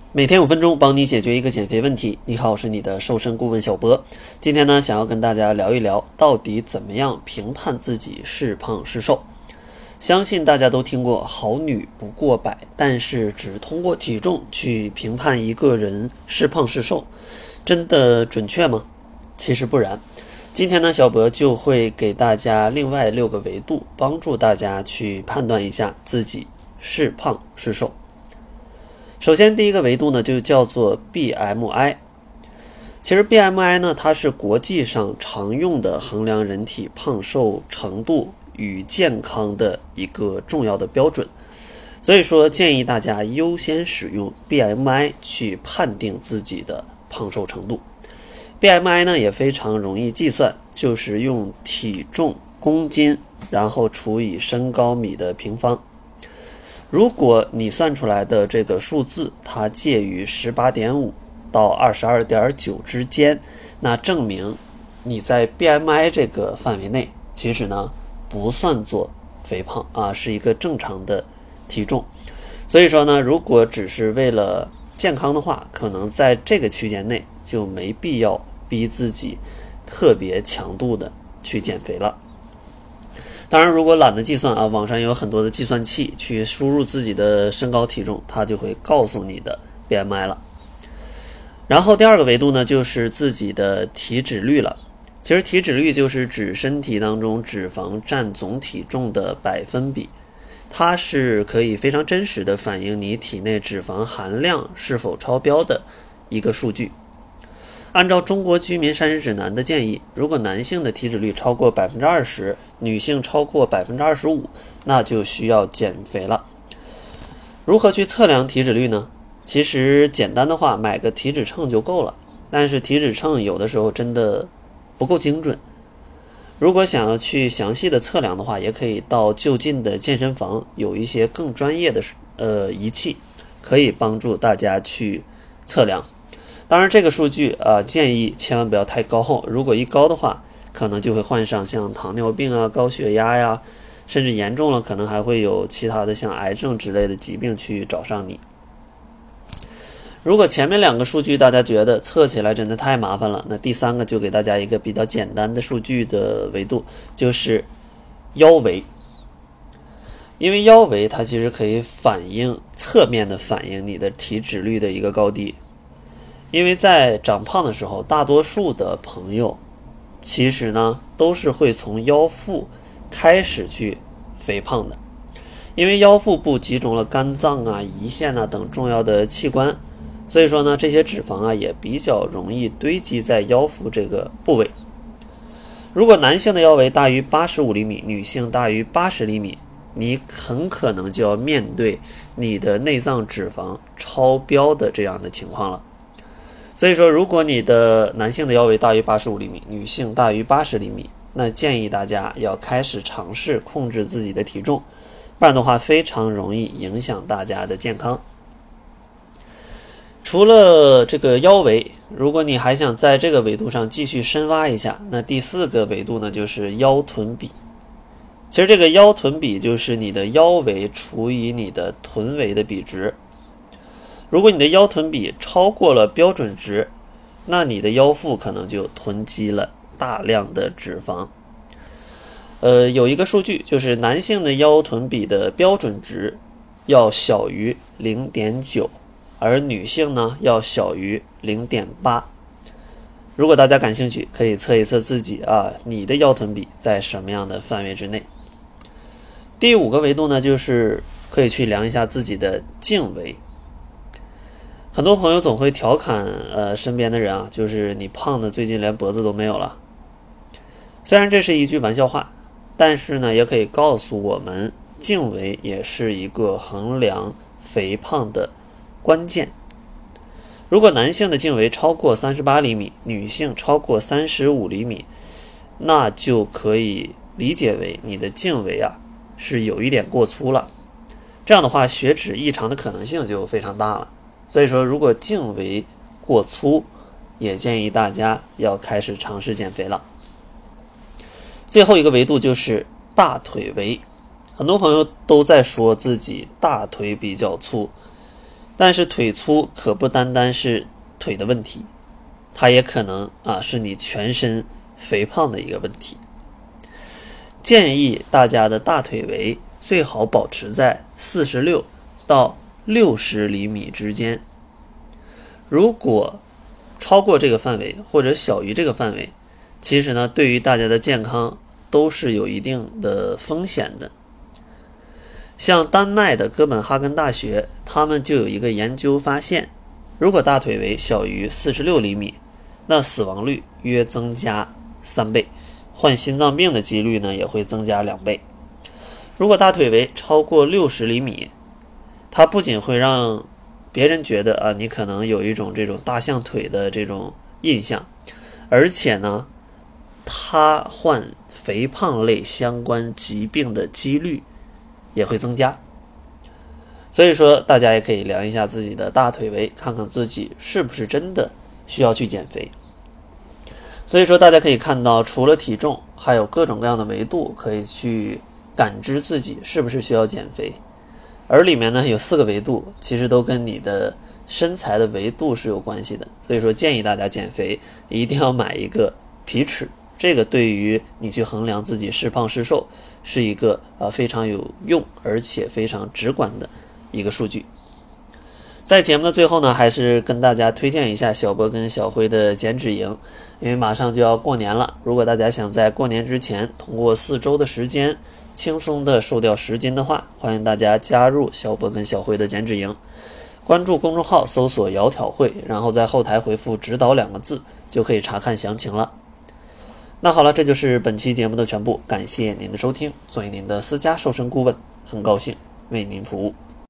每天5分钟，帮你解决一个减肥问题。你好，我是你的瘦身顾问小博。今天呢，想要跟大家聊一聊，到底怎么样评判自己是胖是瘦。相信大家都听过好女不过百，但是只通过体重去评判一个人是胖是瘦，真的准确吗？其实不然。今天呢，小博就会给大家另外6个维度，帮助大家去判断一下自己是胖是瘦。首先第一个维度呢，就叫做 BMI。 其实 BMI 呢，它是国际上常用的衡量人体胖瘦程度与健康的一个重要的标准，所以说建议大家优先使用 BMI 去判定自己的胖瘦程度。 BMI 呢也非常容易计算，就是用体重公斤然后除以身高米的平方。如果你算出来的这个数字它介于 18.5 到 22.9 之间，那证明你在 BMI 这个范围内，其实呢不算作肥胖啊，是一个正常的体重。所以说呢，如果只是为了健康的话，可能在这个区间内就没必要逼自己特别强度的去减肥了。当然如果懒得计算啊，网上有很多的计算器，去输入自己的身高体重，它就会告诉你的 BMI 了。然后第二个维度呢，就是自己的体脂率了。其实体脂率就是指身体当中脂肪占总体重的百分比，它是可以非常真实的反映你体内脂肪含量是否超标的一个数据。按照中国居民膳食指南的建议，如果男性的体脂率超过 20%， 女性超过 25%， 那就需要减肥了。如何去测量体脂率呢？其实简单的话，买个体脂秤就够了，但是体脂秤有的时候真的不够精准。如果想要去详细的测量的话，也可以到就近的健身房，有一些更专业的仪器可以帮助大家去测量。当然这个数据建议千万不要太高，如果一高的话，可能就会患上像糖尿病啊、高血压呀，甚至严重了可能还会有其他的像癌症之类的疾病去找上你。如果前面2个数据大家觉得测起来真的太麻烦了，那第3个就给大家一个比较简单的数据的维度，就是腰围。因为腰围它其实可以侧面的反映你的体脂率的一个高低。因为在长胖的时候，大多数的朋友其实呢都是会从腰腹开始去肥胖的。因为腰腹部集中了肝脏啊、胰腺啊等重要的器官，所以说呢这些脂肪啊也比较容易堆积在腰腹这个部位。如果男性的腰围大于85厘米，女性大于80厘米，你很可能就要面对你的内脏脂肪超标的这样的情况了。所以说如果你的男性的腰围大于85厘米，女性大于80厘米，那建议大家要开始尝试控制自己的体重，不然的话非常容易影响大家的健康。除了这个腰围，如果你还想在这个维度上继续深挖一下，那第4个维度呢，就是腰臀比。其实这个腰臀比就是你的腰围除以你的臀围的比值。如果你的腰臀比超过了标准值，那你的腰腹可能就囤积了大量的脂肪。有一个数据，就是男性的腰臀比的标准值要小于 0.9， 而女性呢要小于 0.8。 如果大家感兴趣，可以测一测自己你的腰臀比在什么样的范围之内。第5个维度呢，就是可以去量一下自己的颈围。很多朋友总会调侃身边的人就是你胖的最近连脖子都没有了。虽然这是一句玩笑话，但是呢也可以告诉我们，颈围也是一个衡量肥胖的关键。如果男性的颈围超过38厘米，女性超过35厘米，那就可以理解为你的颈围是有一点过粗了。这样的话，血脂异常的可能性就非常大了。所以说如果颈围过粗，也建议大家要开始尝试减肥了。最后一个维度就是大腿围。很多朋友都在说自己大腿比较粗， 但是腿粗可不单单是腿的问题，它也可能是你全身肥胖的一个问题。建议大家的大腿围最好保持在46到60厘米之间，如果超过这个范围或者小于这个范围，其实呢对于大家的健康都是有一定的风险的。像丹麦的哥本哈根大学，他们就有一个研究发现，如果大腿围小于46厘米，那死亡率约增加3倍，患心脏病的几率呢也会增加2倍。如果大腿围超过60厘米，它不仅会让别人觉得你可能有一种这种大象腿的这种印象，而且呢它患肥胖类相关疾病的几率也会增加。所以说大家也可以量一下自己的大腿围，看看自己是不是真的需要去减肥。所以说大家可以看到，除了体重，还有各种各样的维度可以去感知自己是不是需要减肥。而里面呢有4个维度，其实都跟你的身材的维度是有关系的。所以说建议大家减肥一定要买一个皮尺，这个对于你去衡量自己是胖是瘦是一个非常有用而且非常直观的一个数据。在节目的最后呢，还是跟大家推荐一下小波跟小辉的减脂营，因为马上就要过年了，如果大家想在过年之前通过4周的时间轻松的瘦掉10斤的话，欢迎大家加入小波跟小辉的减脂营。关注公众号搜索窈窕会，然后在后台回复指导2个字就可以查看详情了。那好了，这就是本期节目的全部，感谢您的收听。作为您的私家瘦身顾问，很高兴为您服务。